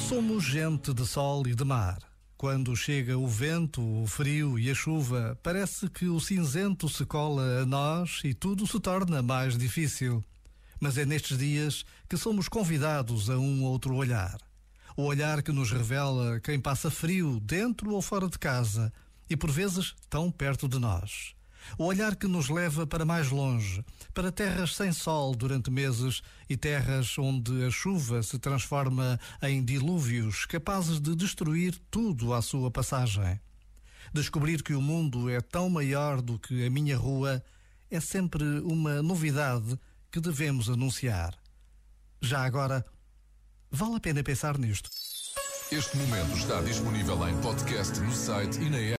Somos gente de sol e de mar. Quando chega o vento, o frio e a chuva, parece que o cinzento se cola a nós e tudo se torna mais difícil. Mas é nestes dias que somos convidados a um outro olhar. O olhar que nos revela quem passa frio dentro ou fora de casa e por vezes tão perto de nós. O olhar que nos leva para mais longe, para terras sem sol durante meses e terras onde a chuva se transforma em dilúvios capazes de destruir tudo à sua passagem. Descobrir que o mundo é tão maior do que a minha rua é sempre uma novidade que devemos anunciar. Já agora, vale a pena pensar nisto. Este momento está disponível em podcast no site e na app.